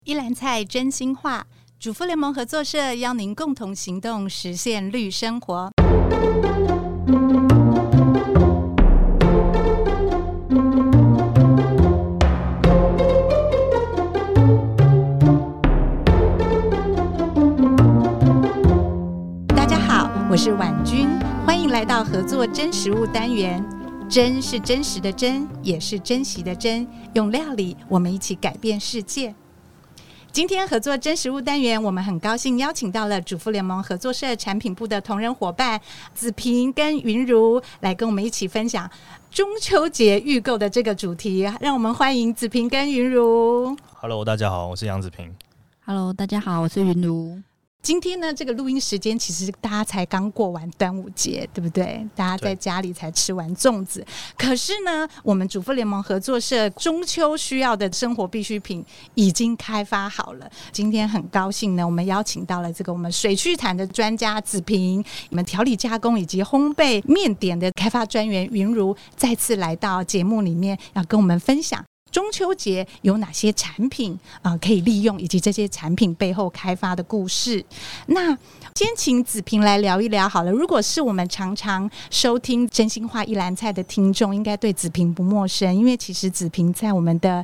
一篮菜真心话，主妇联盟合作社邀您共同行动，实现绿生活。大家好，我是婉君，欢迎来到合作真食物单元。真是真实的真，也是珍惜的真，用料理我们一起改变世界。今天合作真食物单元，我们很高兴邀请到了主妇联盟合作社产品部的同仁伙伴子萍跟云如来跟我们一起分享中秋节预购的这个主题，让我们欢迎子萍跟云如。 Hello， 大家好，我是杨子萍。 Hello， 大家好，我是云如。 今天呢，这个录音时间其实大家才刚过完端午节，对不对？大家在家里才吃完粽子。可是呢，我们主妇联盟合作社中秋需要的生活必需品已经开发好了。今天很高兴呢，我们邀请到了这个我们水畜产的专家子萍，我们调理加工以及烘焙面点的开发专员云如，再次来到节目里面，要跟我们分享中秋节有哪些产品可以利用，以及这些产品背后开发的故事。那先请子萍来聊一聊好了。如果是我们常常收听真心话一篮菜的听众，应该对子萍不陌生，因为其实子萍在我们的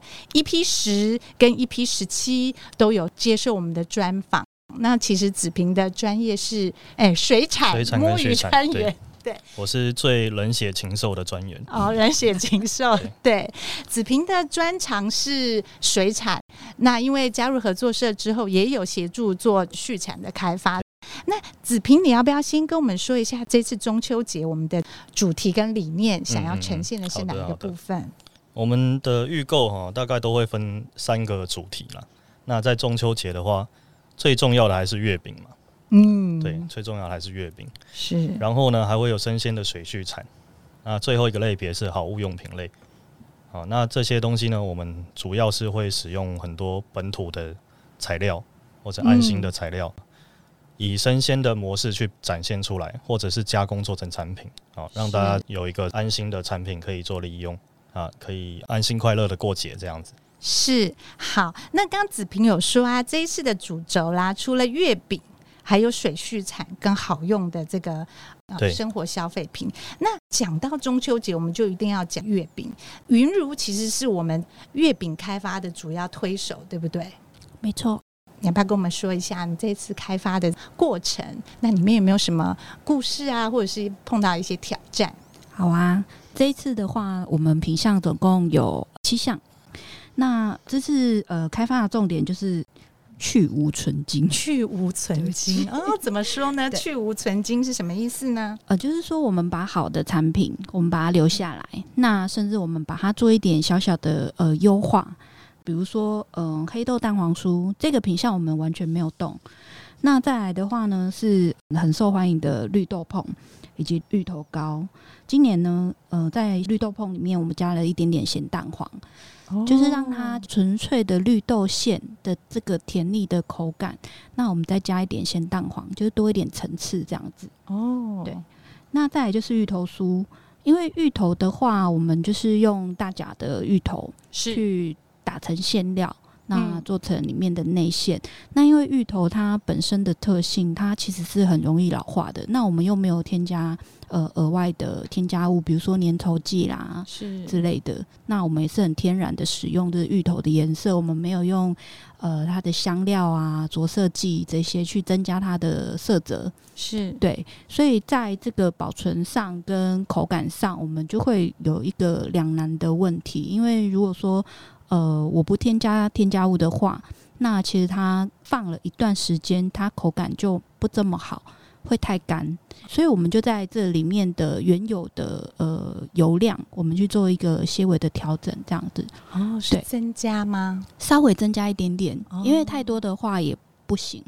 EP10 跟 EP17 都有接受我们的专访。那其实子萍的专业是水产摸鱼专员，对， 我是最冷血禽兽的专员。 冷血禽兽。对，子萍的专长是水产，那因为加入合作社之后，也有协助做畜产的开发。那子萍，你要不要先跟我们说一下这次中秋节我们的主题跟理念想要呈现的是哪一个部分？ 我们的预购大概都会分3个主题啦。那在中秋节的话，最重要的还是月饼嘛。对，最重要的还是月饼。 是， 然后呢，还会有生鲜的水畜产。那最后一个类别是好物用品类。好，那这些东西呢，我们主要是会使用很多本土的材料或者安心的材料，以生鲜的模式去展现出来，或者是加工做成产品，让大家有一个安心的产品可以做利用，可以安心快乐的过节这样子。 是，好。那刚刚子萍有说这一次的主轴啦，除了月饼，还有水畜产跟好用的这个生活消费品。那讲到中秋节，我们就一定要讲月饼。云如其实是我们月饼开发的主要推手，对不对？ 没错。 你要不要跟我们说一下你这次开发的过程？那里面有没有什么故事啊，或者是碰到一些挑战？ 好啊，这一次的话，我们品项总共有7项。那这次开发的重点就是去无存精。去无存精怎么说呢？去无存精是什么意思呢？ 就是说我们把好的产品我们把它留下来，那甚至我们把它做一点小小的优化。比如说黑豆蛋黄酥这个品项我们完全没有动。那再来的话呢，是很受欢迎的绿豆椪以及芋头糕。今年呢在绿豆椪里面我们加了一点点咸蛋黄，就是让它纯粹的绿豆馅的这个甜腻的口感，那我们再加一点咸蛋黄，就是多一点层次这样子。对。那再来就是芋头酥，因为芋头的话我们就是用大甲的芋头去打成馅料，那做成里面的内馅。那因为芋头它本身的特性，它其实是很容易老化的，那我们又没有添加额外的添加物，比如说粘稠剂啦之类的。那我们也是很天然的使用的芋头的颜色，我们没有用它的香料啊、着色剂这些去增加它的色泽。对，所以在这个保存上跟口感上，我们就会有一个两难的问题。因为如果说我不添加添加物的话，那其实它放了一段时间，它口感就不这么好，会太干。所以我们就在这里面的原有的油量，我们去做一个些微的调整，这样子。 是增加吗？ 稍微增加一点点，因为太多的话也不行。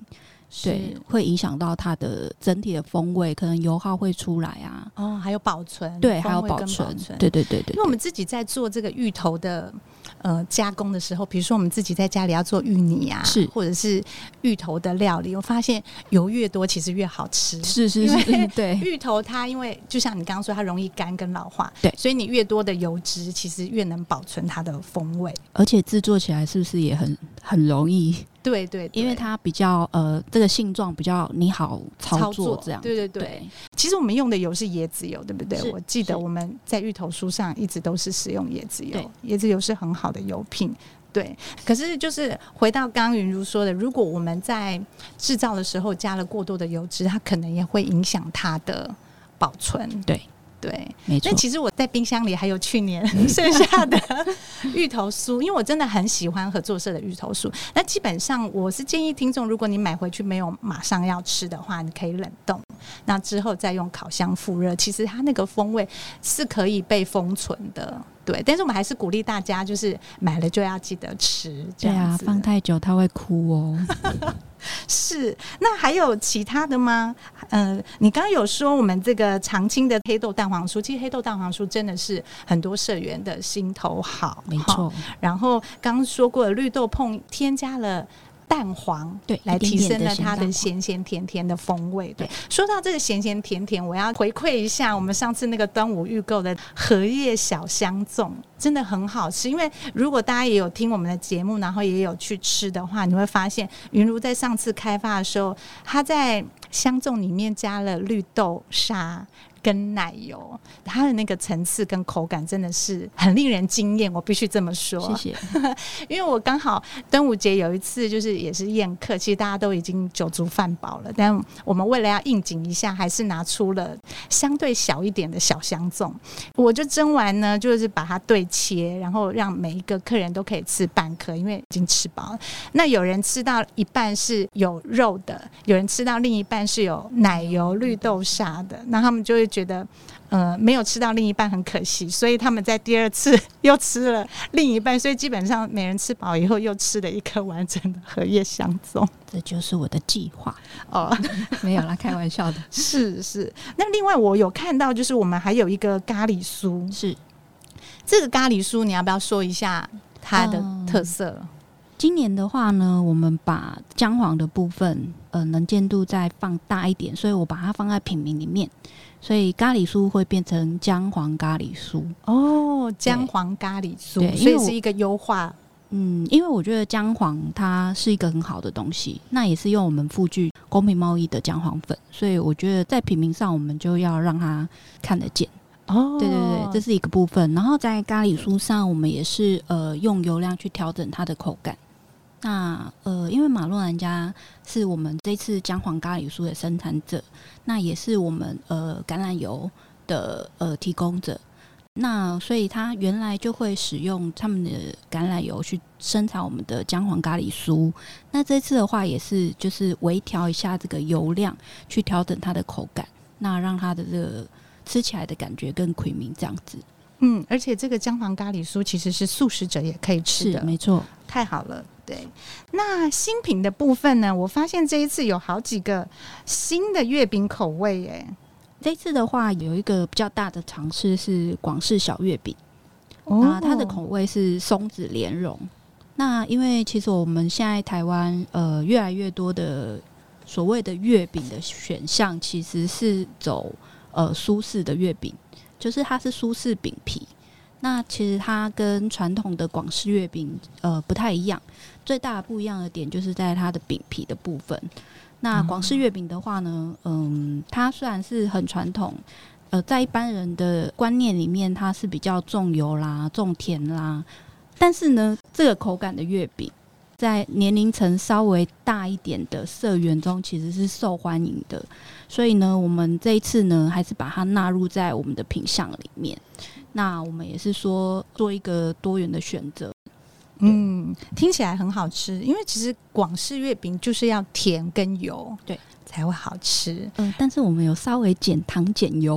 对，会影响到它的整体的风味，可能油耗会出来啊。 还有保存， 对，还有保存，对对对对。 因为我们自己在做这个芋头的加工的时候，比如说我们自己在家里要做芋泥啊， 是或者是芋头的料理，我发现油越多其实越好吃。 是，对， 芋头它因为就像你刚刚说，它容易干跟老化， 对， 所以你越多的油脂，其实越能保存它的风味， 而且制作起来是不是也很容易？ 对对， 因为它比较这个性状比较你好操作这样。 对对对，其实我们用的油是椰子油，对不对？我记得我们在芋头书上一直都是使用椰子油，椰子油是很好的油品。对，可是就是回到刚刚云如说的，如果我们在制造的时候加了过多的油脂，它可能也会影响它的保存。对， 没错。 但其实我在冰箱里还有去年剩下的芋头酥，因为我真的很喜欢合作社的芋头酥。那基本上我是建议听众，如果你买回去没有马上要吃的话，你可以冷冻，那之后再用烤箱复热，其实它那个风味是可以被封存的。对，但是我们还是鼓励大家，就是买了就要记得吃。 对啊，放太久它会哭哦。 是，那还有其他的吗？你刚刚有说我们这个常青的黑豆蛋黄酥，其实黑豆蛋黄酥真的是很多社员的心头好， 没错。 然后刚刚说过的绿豆椪添加了蛋黄， 对， 来提升了它的咸咸甜甜的风味。对，说到这个咸咸甜甜，我要回馈一下我们上次那个端午预购的荷叶小香粽，真的很好吃。因为如果大家也有听我们的节目，然后也有去吃的话，你会发现云如在上次开发的时候，它在香粽里面加了绿豆沙跟奶油，它的那个层次跟口感真的是很令人惊艳，我必须这么说。 谢谢。 因为我刚好端午节有一次就是也是宴客，其实大家都已经酒足饭饱了，但我们为了要应景一下，还是拿出了相对小一点的小香粽。我就蒸完呢，就是把它对切，然后让每一个客人都可以吃半颗，因为已经吃饱了。那有人吃到一半是有肉的，有人吃到另一半是有奶油绿豆沙的，那他们就会觉得没有吃到另一半很可惜，所以他们在第二次又吃了另一半，所以基本上每人吃饱以后又吃了一颗完整的荷叶香粽。 这就是我的计划哦， 没有啦，开玩笑的。 是。那另外我有看到，就是我们还有一个咖喱酥， 是这个咖喱酥，你要不要说一下它的特色？ 今年的话呢，我们把姜黄的部分能见度再放大一点，所以我把它放在品名里面，所以咖喱酥会变成姜黄咖喱酥。 哦，姜黄咖喱酥，所以是一个优化。 因为我觉得姜黄它是一个很好的东西，那也是用我们富具公平贸易的姜黄粉，所以我觉得在品名上我们就要让它看得见。对对对，这是一个部分。然后在咖喱酥上，我们也是用油量去调整它的口感。那因为马洛兰家是我们这次姜黄咖喱酥的生产者，那也是我们橄榄油的提供者。那所以他原来就会使用他们的橄榄油去生产我们的姜黄咖喱酥。那这次的话也是就是微调一下这个油量，去调整它的口感，那让它的这个吃起来的感觉更 creamy 这样子。 而且这个姜黄咖喱酥其实是素食者也可以吃的， 是没错， 太好了。对，那新品的部分呢，我发现这一次有好几个新的月饼口味耶。 这次的话有一个比较大的尝试是广式小月饼，那它的口味是松子莲蓉。那因为其实我们现在台湾越来越多的所谓的月饼的选项其实是走苏式的月饼，就是它是苏式饼皮。那其实它跟传统的广式月饼不太一样，最大的不一样的点就是在它的饼皮的部分。那广式月饼的话呢，它虽然是很传统，在一般人的观念里面，它是比较重油啦、重甜啦，但是呢，这个口感的月饼，在年龄层稍微大一点的社员中，其实是受欢迎的。所以呢，我们这一次呢，还是把它纳入在我们的品项里面。那我们也是说，做一个多元的选择。 听起来很好吃，因为其实广式月饼就是要甜跟油， 对， 才会好吃。 但是我们有稍微减糖减油。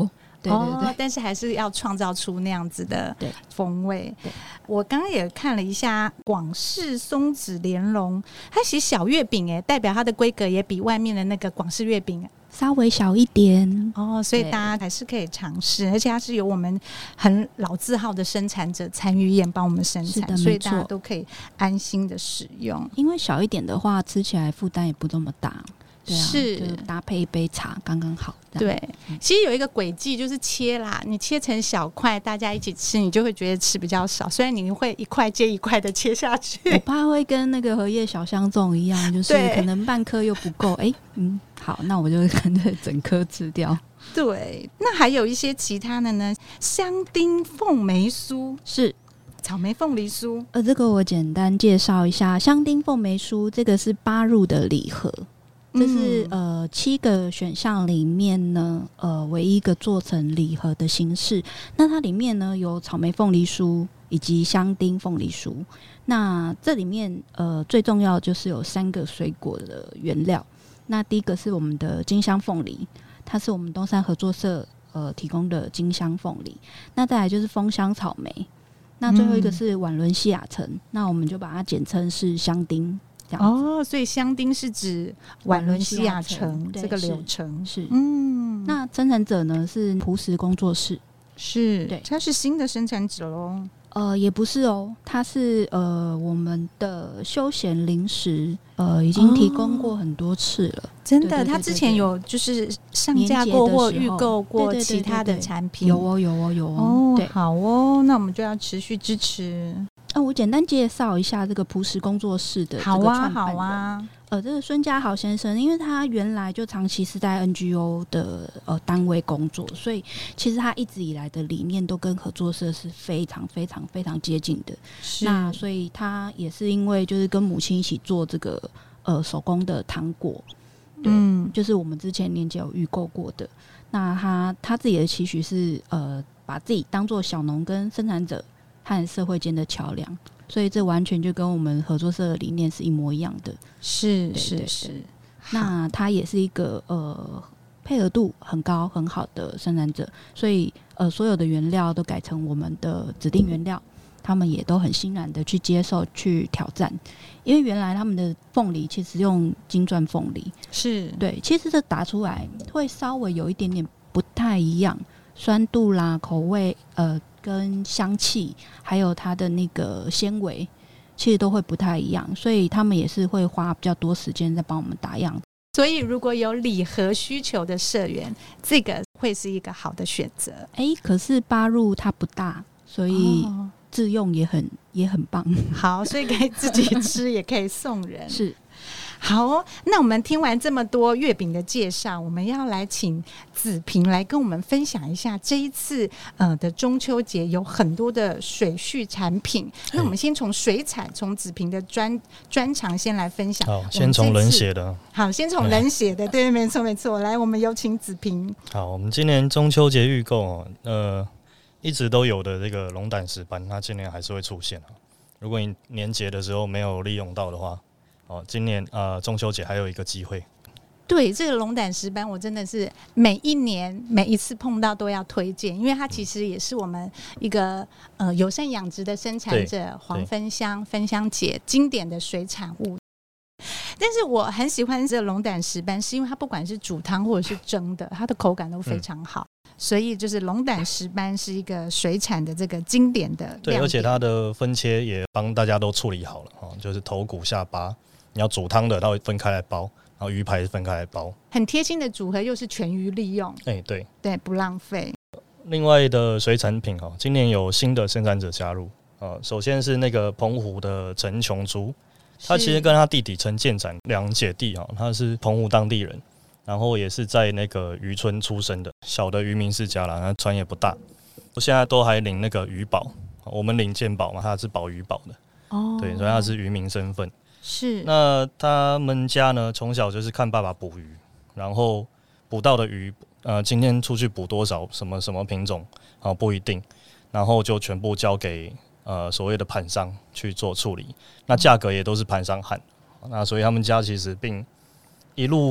对对对， 但是还是要创造出那样子的风味。我刚刚也看了一下广式松子莲蓉，它写小月饼代表它的规格也比外面的那个广式月饼稍微小一点所以大家还是可以尝试，而且它是由我们很老字号的生产者参与验帮我们生产，所以大家都可以安心的使用。 因为小一点的话，吃起来负担也不这么大。对啊，是就搭配一杯茶刚刚好。 对，其实有一个轨迹就是切啦，你切成小块，大家一起吃，你就会觉得吃比较少。虽然你会一块接一块的切下去， 我怕会跟那个荷叶小香粽一样，就是可能半颗又不够。好，那我就干脆整颗吃掉。 对，那还有一些其他的呢，香丁凤梅酥是。 草莓凤梨酥， 这个我简单介绍一下，香丁凤梅酥这个是8入的礼盒。这是7个选项里面呢，唯一一个做成礼盒的形式。那它里面呢有草莓凤梨酥以及香丁凤梨酥。那这里面最重要就是有3个水果的原料。那第一个是我们的金香凤梨，它是我们东山合作社提供的金香凤梨。那再来就是枫香草莓。那最后一个是晚伦西亚橙，那我们就把它简称是香丁。 所以香丁是指晚伦西亚橙这个流程是。那生产者呢是璞石工作室， 是，对，它是新的生产者咯。 也不是它是我们的休闲零食，已经提供过很多次了。 真的，他之前有就是上架过或预购过其他的产品， 有哦。 对，好那我们就要持续支持。 我简单介绍一下这个璞石工作室的这个创办人。好啊。这个孙家豪先生，因为他原来就长期是在 NGO 的单位工作，所以其实他一直以来的理念都跟合作社是非常非常非常接近的。那所以他也是因为就是跟母亲一起做这个手工的糖果，对，就是我们之前年节有预购过的。那他自己的期许是把自己当作小农跟生产者和社会间的桥梁。所以这完全就跟我们合作社的理念是一模一样的。是。那他也是一个配合度很高很好的生产者，所以所有的原料都改成我们的指定原料，他们也都很欣然的去接受去挑战。因为原来他们的凤梨其实用金钻凤梨，是对，其实这打出来会稍微有一点点不太一样，酸度啦、口味跟香气还有它的那个纤维其实都会不太一样，所以他们也是会花比较多时间在帮我们打样。 所以如果有礼盒需求的社员，这个会是一个好的选择。 可是8入它不大，所以自用也很棒。 好，所以可以自己吃也可以送人。 是。 好那我们听完这么多月饼的介绍，我们要来请子萍来跟我们分享一下这一次的中秋节有很多的水畜产品。那我们先从水产，从子萍的专长先来分享。 好，先从冷血的。 好，先从冷血的。对，没错。来，我们有请子萍。 好，我们今年中秋节预购一直都有的这个龙胆石斑，它今年还是会出现。如果你年节的时候没有利用到的话，今年中秋节还有一个机会。 对，这个龙胆石斑我真的是每一年每一次碰到都要推荐，因为它其实也是我们一个友善养殖的生产者黄芬香姐经典的水产物。但是我很喜欢这个龙胆石斑，是因为它不管是煮汤或者是蒸的，它的口感都非常好。所以就是龙胆石斑是一个水产的这个经典的亮点。 对，而且它的分切也帮大家都处理好了，就是头骨下巴，你要煮汤的它会分开来包，然后鱼排分开来包， 很贴心的组合，又是全鱼利用。对，不浪费。 另外的水产品今年有新的生产者加入，首先是那个澎湖的陈琼珠，他其实跟他弟弟陈建展两姐弟，他是澎湖当地人，然后也是在那个渔村出生的，小的渔民世家啦，那船也不大，我现在都还领那个渔保，我们领健保嘛，他是保渔保的。对，所以他是渔民身份。是。那他们家呢，从小就是看爸爸捕鱼，然后捕到的鱼，今天出去捕多少，什么品种，不一定，然后就全部交给所谓的盘商去做处理，那价格也都是盘商喊，那所以他们家其实并一路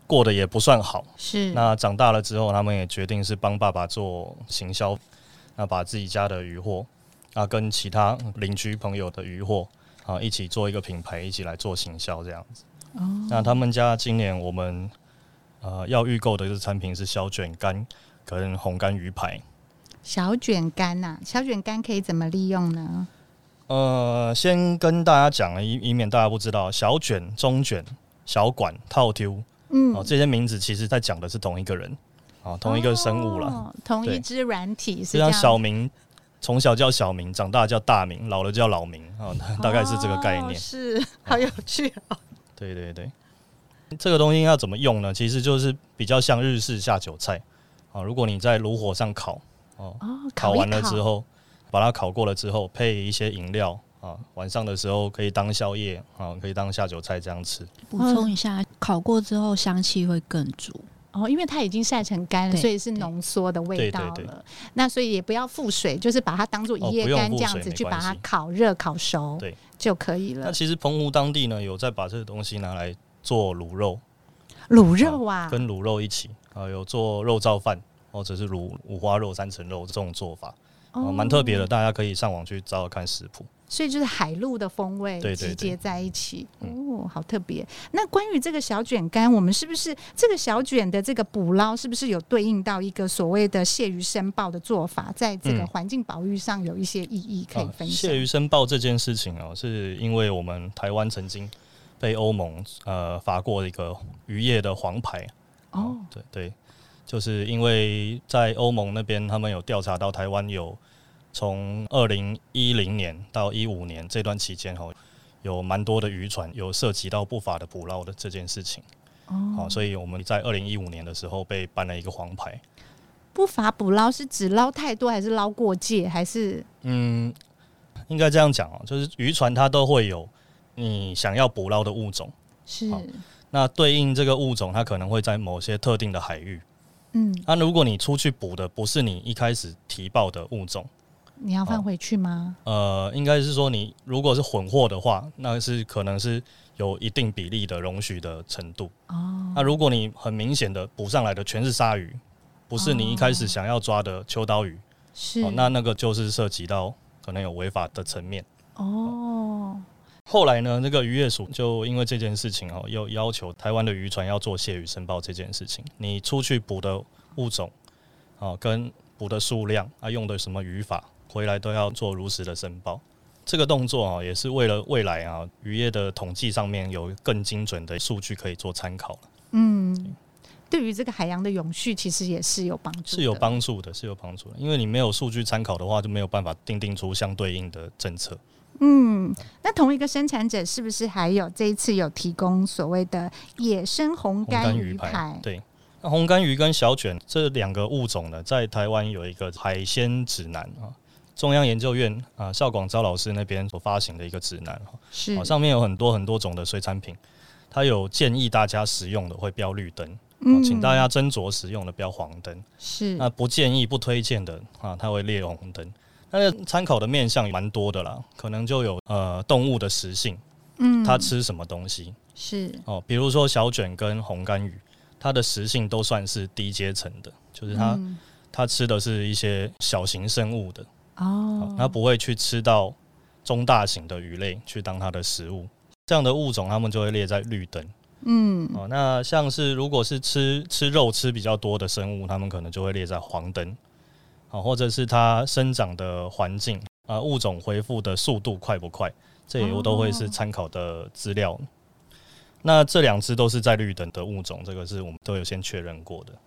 过得也不算好。 是。 那长大了之后，他们也决定是帮爸爸做行销，那把自己家的渔获跟其他邻居朋友的渔获一起做一个品牌，一起来做行销这样子。那他们家今年我们要预购的这个产品是小卷干跟红干鱼排。 小卷干啊，小卷干可以怎么利用呢？ 先跟大家讲，以免大家不知道，小卷、中卷、小管、套丢，这些名字其实在讲的是同一个人，同一个生物啦， 同一只软体是这样。小明从小叫小明，长大叫大明，老了叫老明，大概是这个概念。 是，好有趣哦。 对对对，这个东西要怎么用呢？其实就是比较像日式下酒菜。如果你在炉火上烤，烤完了之后，把它烤过了之后，配一些饮料晚上的时候可以当宵夜可以当下酒菜这样吃。 补充一下，烤过之后香气会更足。 因为它已经晒成干了，所以是浓缩的味道了。对对对，那所以也不要复水，就是把它当做一夜干这样子去把它烤热烤熟，对就可以了。 那其实澎湖当地呢有在把这个东西拿来做卤肉，跟卤肉一起有做肉燥饭或者是卤五花肉、三层肉这种做法，蛮特别的，大家可以上网去找找看食谱。 所以就是海陆的风味集结在一起，好特别。那关于这个小卷干，我们是不是这个小卷的这个捕捞，是不是有对应到一个所谓的蟹鱼申报的做法，在这个环境保育上有一些意义可以分享？ 蟹鱼申报这件事情是因为我们台湾曾经被欧盟罚过一个渔业的黄牌。对，就是因为在欧盟那边，他们有调查到台湾有从2010年到15年这段期间有蛮多的渔船有涉及到不法的捕捞的这件事情。所以我们在2015年的时候被颁了一个黄牌。 不法捕捞是指捞太多，还是捞过界，还是？ 应该这样讲就是渔船它都会有你想要捕捞的物种， 是。 那对应这个物种，它可能会在某些特定的海域。那如果你出去捕的不是你一开始提报的物种， 你要放回去吗？ 应该是说你如果是混货的话，那是可能是有一定比例的容许的程度。那如果你很明显的捕上来的全是鲨鱼，不是你一开始想要抓的秋刀鱼， 是那个就是涉及到可能有违法的层面。后来呢，那个渔业署就因为这件事情又要求台湾的渔船要做蟹鱼申报这件事情，你出去捕的物种跟捕的数量用的什么渔法，回来都要做如实的申报。这个动作也是为了未来渔业的统计上面有更精准的数据可以做参考。 对于这个海洋的永续其实也是有帮助的。 是有帮助的，因为你没有数据参考的话，就没有办法订定出相对应的政策。 那同一个生产者是不是还有这一次有提供所谓的野生红干鱼排？ 对，那红干鱼跟小卷这两个物种呢，在台湾有一个海鲜指南中央研究院邵广昭老师那边所发行的一个指南， 是上面有很多种的水产品，它有建议大家使用的会标绿灯，请大家斟酌使用的标黄灯， 是那不建议不推荐的它会列红灯。那参考的面向蛮多的啦，可能就有动物的食性，它吃什么东西是比如说小卷跟红干鱼，它的食性都算是低阶层的，就是它吃的是一些小型生物的它不会去吃到中大型的鱼类去当它的食物，这样的物种它们就会列在绿灯。那像是如果是吃肉吃比较多的生物，它们可能就会列在黄灯。或者是它生长的环境物种恢复的速度快不快，这也都会是参考的资料。那这两只都是在绿灯的物种，这个是我们都有先确认过的。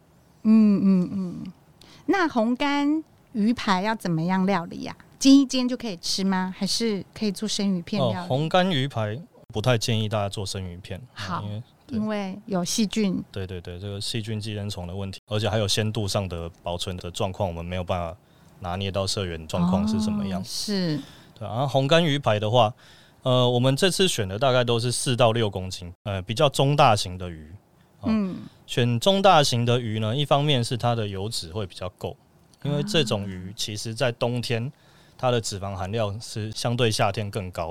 那红干鱼排要怎么样料理呀？煎一煎就可以吃吗？还是可以做生鱼片料理？ 红干鱼排不太建议大家做生鱼片， 好，因为有细菌。 对，这个细菌寄生虫的问题，而且还有鲜度上的保存的状况，我们没有办法拿捏到社员状况是什么样。 是， 对。然后红干鱼排的话，我们这次选的大概都是4到6公斤，比较中大型的鱼。选中大型的鱼呢，一方面是它的油脂会比较够，因为这种鱼其实在冬天它的脂肪含量是相对夏天更高的。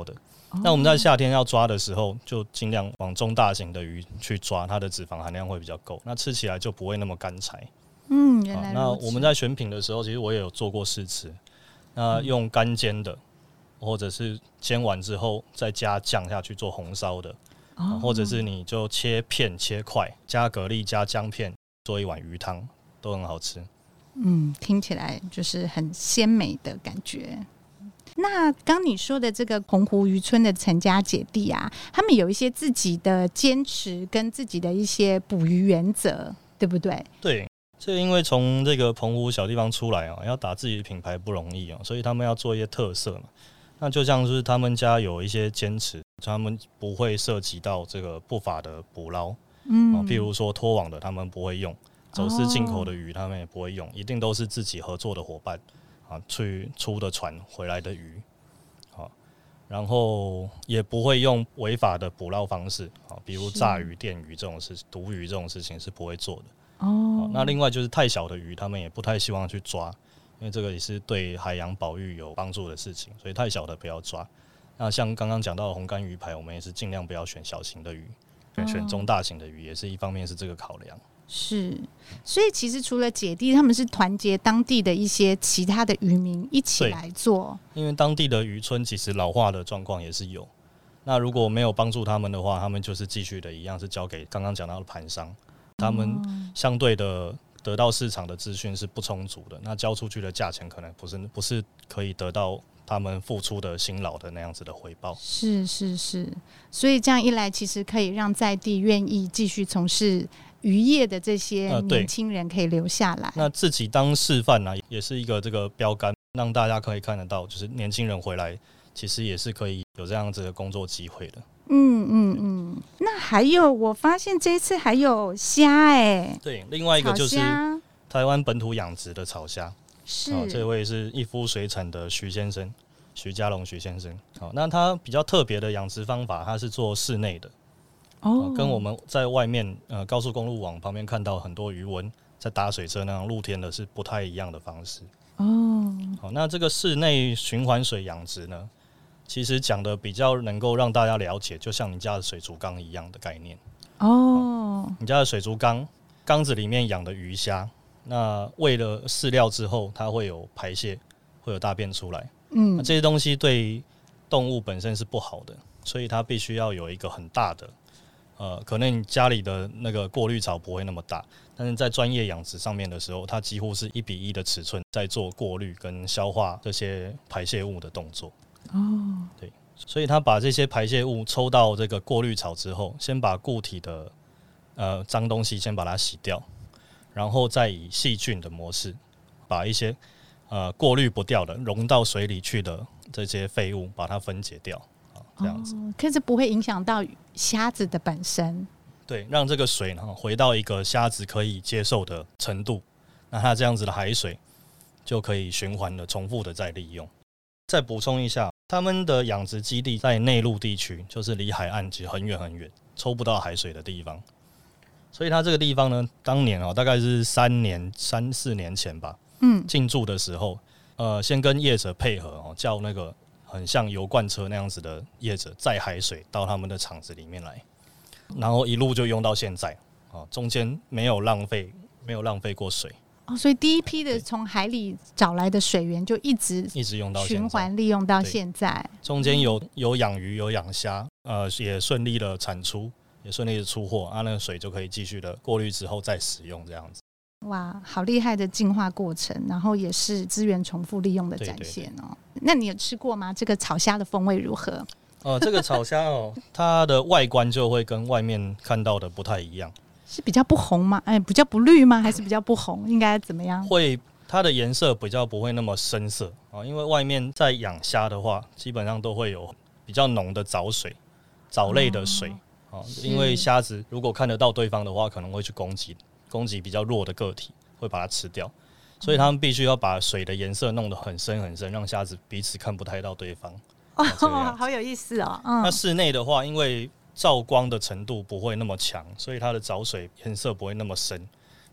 那我们在夏天要抓的时候，就尽量往中大型的鱼去抓，它的脂肪含量会比较够，那吃起来就不会那么干柴。 原来如此。 那我们在选品的时候，其实我也有做过试吃，那用干煎的，或者是煎完之后再加酱下去做红烧的，或者是你就切片切块，加蛤蜊加姜片做一碗鱼汤，都很好吃。 听起来就是很鲜美的感觉。那刚你说的这个澎湖渔村的陈家姐弟啊，他们有一些自己的坚持跟自己的一些捕鱼原则，对不对？ 对，这因为从这个澎湖小地方出来要打自己的品牌不容易所以他们要做一些特色嘛。那就像是他们家有一些坚持，他们不会涉及到这个不法的捕捞，譬如说拖网的他们不会用，走私进口的鱼他们也不会用，一定都是自己合作的伙伴去出的船回来的鱼，然后也不会用违法的捕捞方式，比如炸鱼、电鱼这种事、毒鱼这种事情是不会做的。那另外就是太小的鱼，他们也不太希望去抓，因为这个也是对海洋保育有帮助的事情，所以太小的不要抓。那像刚刚讲到的红干鱼排，我们也是尽量不要选小型的鱼，选中大型的鱼，也是一方面是这个考量。 是，所以其实除了姐弟，他们是团结当地的一些其他的渔民一起来做。因为当地的渔村其实老化的状况也是有，那如果没有帮助他们的话，他们就是继续的一样是交给刚刚讲到的盘商，他们相对的得到市场的资讯是不充足的，那交出去的价钱可能不是可以得到他们付出的辛劳的那样子的回报。 是，所以这样一来，其实可以让在地愿意继续从事渔业的这些年轻人可以留下来。 那自己当示范也是一个这个标杆，让大家可以看得到，就是年轻人回来其实也是可以有这样子的工作机会的。 那还有，我发现这一次还有虾对，另外一个就是台湾本土养殖的草虾。是，这位是一夫水产的徐先生，徐家龙徐先生。那他比较特别的养殖方法，他是做室内的。跟我们在外面高速公路网旁边看到很多渔塭在打水车那样露天的是不太一样的方式。那这个室内循环水养殖呢，其实讲的比较能够让大家了解，就像你家的水族缸一样的概念。你家的水族缸子里面养的鱼虾，那喂了饲料之后，它会有排泄，会有大便出来。那这些东西对动物本身是不好的，所以它必须要有一个很大的。可能你家里的那个过滤槽不会那么大，但是在专业养殖上面的时候，它几乎是1:1的尺寸在做过滤跟消化这些排泄物的动作。对，所以它把这些排泄物抽到这个过滤槽之后，先把固体的脏东西先把它洗掉，然后再以细菌的模式把一些过滤不掉的溶到水里去的这些废物把它分解掉。这样子， 可是不会影响到虾子的本身。 对，让这个水呢回到一个虾子可以接受的程度，那它这样子的海水就可以循环的、重复的再利用。再补充一下，他们的养殖基地在内陆地区，就是离海岸其实很远很远，抽不到海水的地方。所以它这个地方呢，当年大概是3、4年前吧，进驻的时候，先跟业者配合叫那个。很像油罐车那样子的业者载海水到他们的厂子里面来，然后一路就用到现在，中间没有浪费过水。 所以第一批的从海里找来的水源就一直用到循环利用到现在。 中间有养鱼有养虾，也顺利的产出，也顺利的出货，那个水就可以继续的过滤之后再使用这样子。 哇，好厉害的进化过程，然后也是资源重复利用的展现那你有吃过吗？这个草虾的风味如何？ 这个草虾它的外观就会跟外面看到的不太一样， 是比较不红吗？比较不绿吗？还是比较不红？应该怎么样？ 它的颜色比较不会那么深色因为外面在养虾的话，基本上都会有比较浓的藻水、藻类的水因为虾子如果看得到对方的话，可能会去攻击比较弱的个体，会把它吃掉，所以他们必须要把水的颜色弄得很深很深，让虾子彼此看不太到对方。 好有意思那室内的话，因为照光的程度不会那么强，所以它的藻水颜色不会那么深，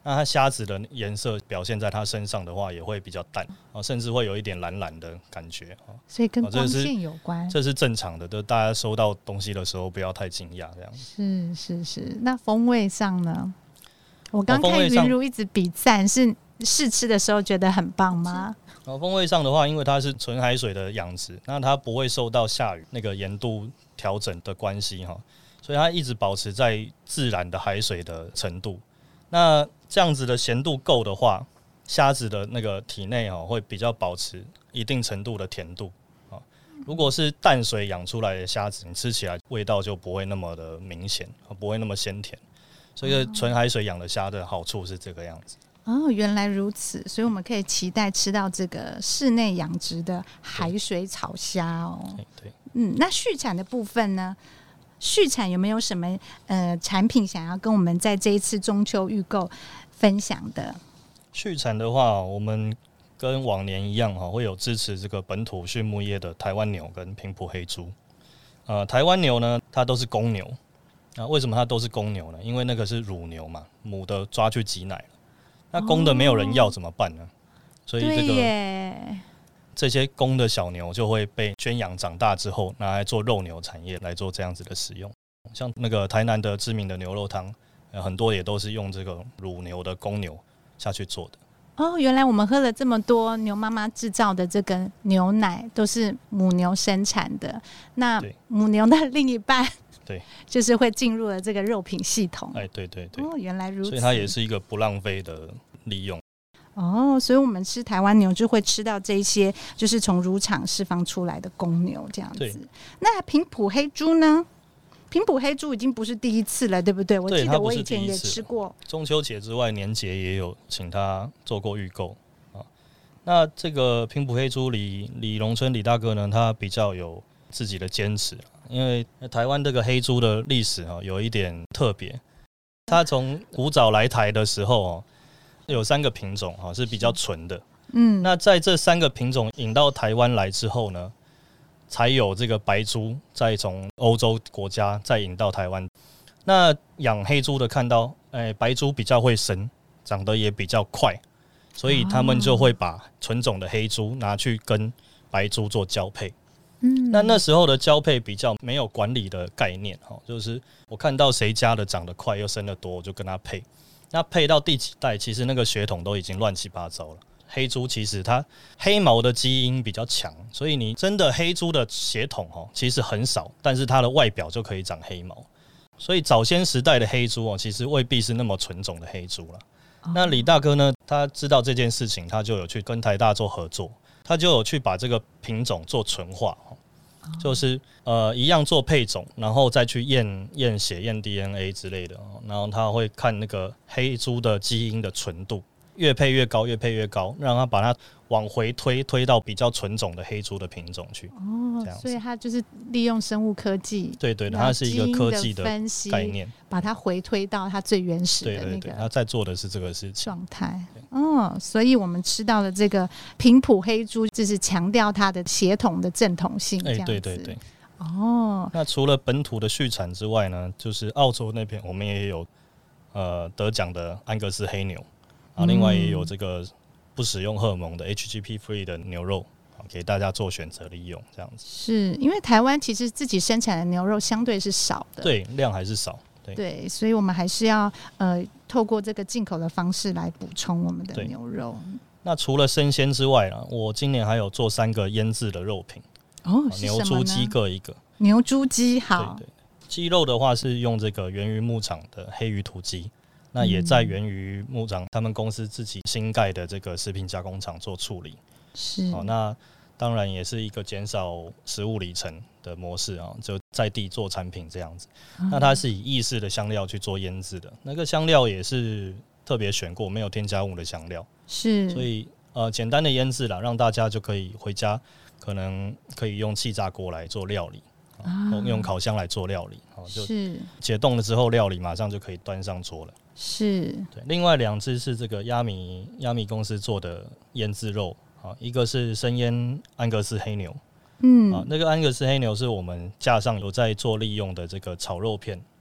那它虾子的颜色表现在它身上的话，也会比较淡，甚至会有一点蓝蓝的感觉， 所以跟光线有关， 这是正常的，就大家收到东西的时候不要太惊讶，这样。 是。那风味上呢？我刚看云如一直比赞，是试吃的时候觉得很棒吗？ 风味上的话，因为它是纯海水的养殖，那它不会受到下雨那个盐度调整的关系，所以它一直保持在自然的海水的程度。那这样子的咸度够的话，虾子的那个体内会比较保持一定程度的甜度。如果是淡水养出来的虾子，你吃起来味道就不会那么的明显，不会那么鲜甜。所以纯海水养的虾的好处是这个样子。 原来如此，所以我们可以期待吃到这个室内养殖的海水草虾哦。 对， 那畜产的部分呢？畜产有没有什么产品想要跟我们在这一次中秋预购分享的？ 畜产的话，我们跟往年一样会有支持这个本土畜牧业的台湾牛跟平埔黑猪。台湾牛呢，它都是公牛。为什么它都是公牛呢？因为那个是乳牛嘛，母的抓去挤奶了，那公的没有人要怎么办呢？所以这些公的小牛就会被圈养长大之后拿来做肉牛产业来做这样子的使用。像那个台南的知名的牛肉汤，很多也都是用这个乳牛的公牛下去做的。 原来我们喝了这么多牛妈妈制造的这个牛奶都是母牛生产的，那母牛的另一半对， 就是会进入了这个肉品系统。 对， 原来如此， 所以它也是一个不浪费的利用。 所以我们吃台湾牛就会吃到这一些就是从乳厂释放出来的公牛这样子。那平埔黑猪呢？平埔黑猪已经不是第一次了，对不对？我记得我以前也吃过。 中秋节之外，年节也有请他做过预购。那这个平埔黑猪李荣春李大哥呢，他比较有自己的坚持，因为台湾这个黑猪的历史有一点特别。他从古早来台的时候有3个品种是比较纯的。那在这3个品种引到台湾来之后呢，才有这个白猪再从欧洲国家再引到台湾。那养黑猪的看到白猪比较会生，长得也比较快，所以他们就会把纯种的黑猪拿去跟白猪做交配。那时候的交配比较没有管理的概念，就是我看到谁家的长得快又生得多，我就跟他配。那配到第几代，其实那个血统都已经乱七八糟了。黑猪其实它黑毛的基因比较强，所以你真的黑猪的血统其实很少，但是它的外表就可以长黑毛。所以早先时代的黑猪其实未必是那么纯种的黑猪了。那李大哥呢，他知道这件事情，他就有去跟台大做合作，他就有去把这个品种做纯化，就是一样做配种，然后再去验血、验 DNA 之类的，然后他会看那个黑猪的基因的纯度，越配越高，越配越高，让他把它往回推到比较纯种的黑猪的品种去。 所以他就是利用生物科技， 对，它是一个科技的分析概念， 把它回推到它最原始的那个他在做的是这个事情状态。所以我们吃到的这个平埔黑猪，就是强调它的血统的正统性这样子。 对。那除了本土的畜产之外呢，就是澳洲那边我们也有得奖的安格斯黑牛，另外也有这个不使用荷尔蒙的 HGP free 的牛肉，给大家做选择利用，这样子。 是因为台湾其实自己生产的牛肉相对是少的， 对，量还是少， 对，所以我们还是要透过这个进口的方式来补充我们的牛肉。 那除了生鲜之外我今年还有做3个腌制的肉品。牛猪鸡各一个。牛猪鸡好。对，鸡肉的话是用这个源于牧场的黑鱼土鸡，那也在源于牧场他们公司自己新盖的这个食品加工厂做处理。是。那当然也是一个减少食物里程的模式就在地做产品这样子。那它是以意式的香料去做腌制的，那个香料也是特别选过没有添加物的香料。是。所以简单的腌制啦，让大家就可以回家可能可以用气炸锅来做料理，用烤箱来做料理，就是解冻了之后料理马上就可以端上桌了。是。对，另外2只是这个亚米公司做的腌制肉，一个是生腌安格斯黑牛，那个安格斯黑牛是我们架上有在做利用的这个炒肉片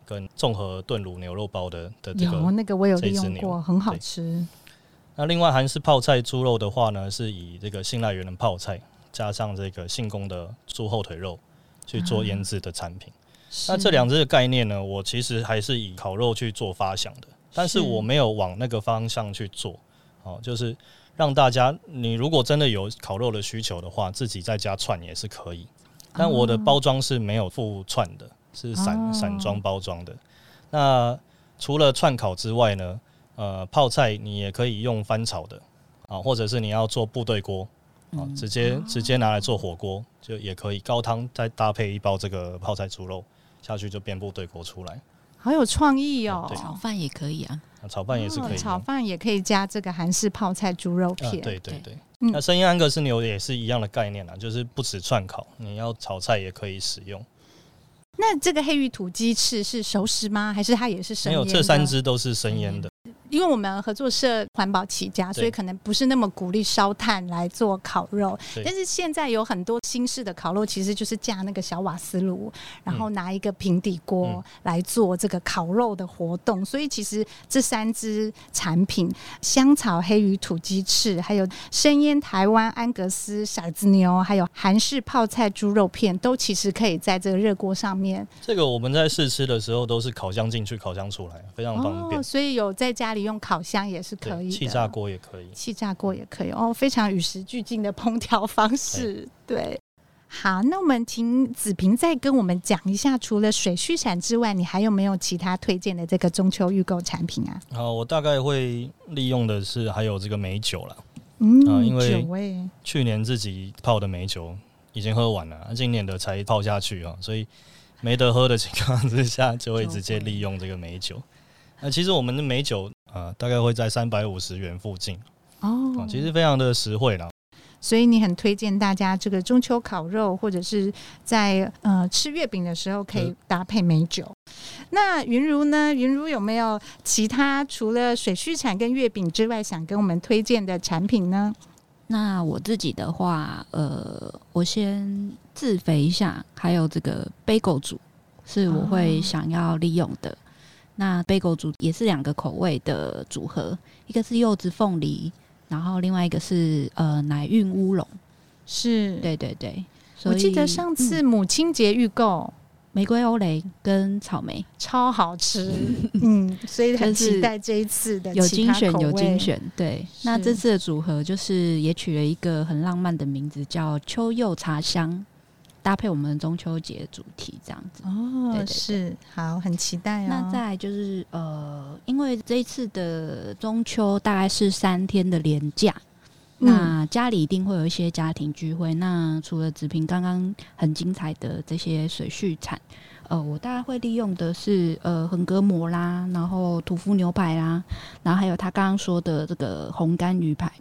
跟综合炖卤牛肉包的这个， 有那个我有利用过，很好吃。 那另外韩式泡菜猪肉的话呢，是以这个信赖园的泡菜加上这个信公的猪后腿肉去做腌制的产品。那这两只的概念呢，我其实还是以烤肉去做发想的，但是我没有往那个方向去做，就是让大家，你如果真的有烤肉的需求的话，自己在家串也是可以。但我的包装是没有附串的，是散装包装的。那除了串烤之外呢，泡菜你也可以用翻炒的，或者是你要做部队锅，直接拿来做火锅，就也可以。高汤再搭配一包这个泡菜猪肉下去，就变部队锅出来。 好有创意哦！ 炒饭也可以啊， 炒饭也是可以， 炒饭也可以加这个韩式泡菜猪肉片。 对。那生腌安格斯牛也是一样的概念啦，就是不止串烤，你要炒菜也可以使用。 那这个黑鱼土鸡翅是熟食吗？还是它也是生腌的？ 没有，这3只都是生腌的。 因为我们合作社环保起家，所以可能不是那么鼓励烧炭来做烤肉，但是现在有很多新式的烤肉其实就是架那个小瓦斯炉，然后拿一个平底锅来做这个烤肉的活动，所以其实这3支产品香草黑鱼土鸡翅，还有生腌台湾安格斯骰子牛，还有韩式泡菜猪肉片，都其实可以在这个热锅上面。 这个我们在试吃的时候都是烤箱进去烤箱出来，非常方便， 所以有在家里用烤箱也是可以的， 气炸锅也可以， 非常与时俱进的烹调方式。对，好，那我们请子平再跟我们讲一下，除了水畜产之外，你还有没有其他推荐的这个中秋预购产品啊？ 我大概会利用的是还有这个美酒啦，因为去年自己泡的美酒已经喝完了，今年的才泡下去所以没得喝的情况之下，就会直接利用这个美酒。那其实我们的美酒大概会在350元附近其实非常的实惠啦。 所以你很推荐大家这个中秋烤肉，或者是在吃月饼的时候可以搭配美酒。那云如呢？云如有没有其他除了水畜产跟月饼之外，想跟我们推荐的产品呢？ 那我自己的话，我先自肥一下，还有这个bagel煮是我会想要利用的。那bagel煮也是2个口味的组合，一个是柚子凤梨，然后另外一个是奶韵乌龙。是，对。 我记得上次母亲节预购， 玫瑰欧蕾跟草莓超好吃，所以很期待这一次的有精选。对，那这次的组合就是也取了一个很浪漫的名字，叫秋柚茶香，搭配我们中秋节的主题这样子。对， 是好，很期待那再来就是因为这一次的中秋大概是3天的连假。那家里一定会有一些家庭聚会，那除了子平刚刚很精彩的这些水畜产，我大概会利用的是横膈膜啦，然后土夫牛排啦，然后还有他刚刚说的这个红干鱼排。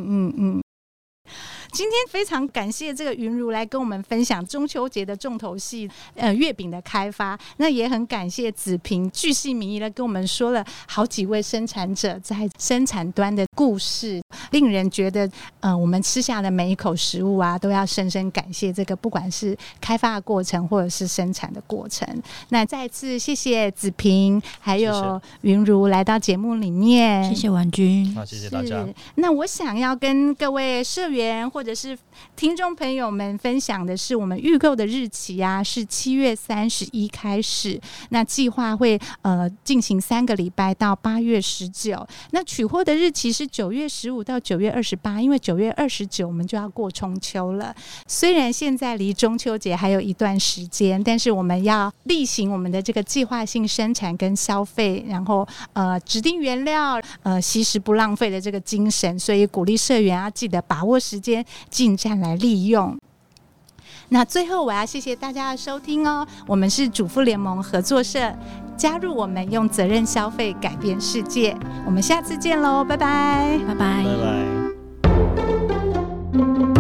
今天非常感谢这个云如来跟我们分享中秋节的重头戏月饼的开发，那也很感谢子平巨细靡遗的跟我们说了好几位生产者在生产端的故事，令人觉得我们吃下的每一口食物都要深深感谢这个不管是开发的过程或者是生产的过程。那再次谢谢子平还有云如来到节目里面， 谢谢婉君， 谢谢大家。 那我想要跟各位社员或者是听众朋友们分享的是，我们预购的日期是7月31开始，那计划会进行3个礼拜到8月19，那取货的日期是9月15到9月28，因为9月29我们就要过中秋了。虽然现在离中秋节还有一段时间，但是我们要例行我们的这个计划性生产跟消费，然后指定原料惜食不浪费的这个精神，所以鼓励社员要记得把握时间进站来利用。那最后我要谢谢大家的收听我们是主妇联盟合作社，加入我们，用责任消费改变世界。我们下次见喽，拜拜， 拜拜， 拜拜。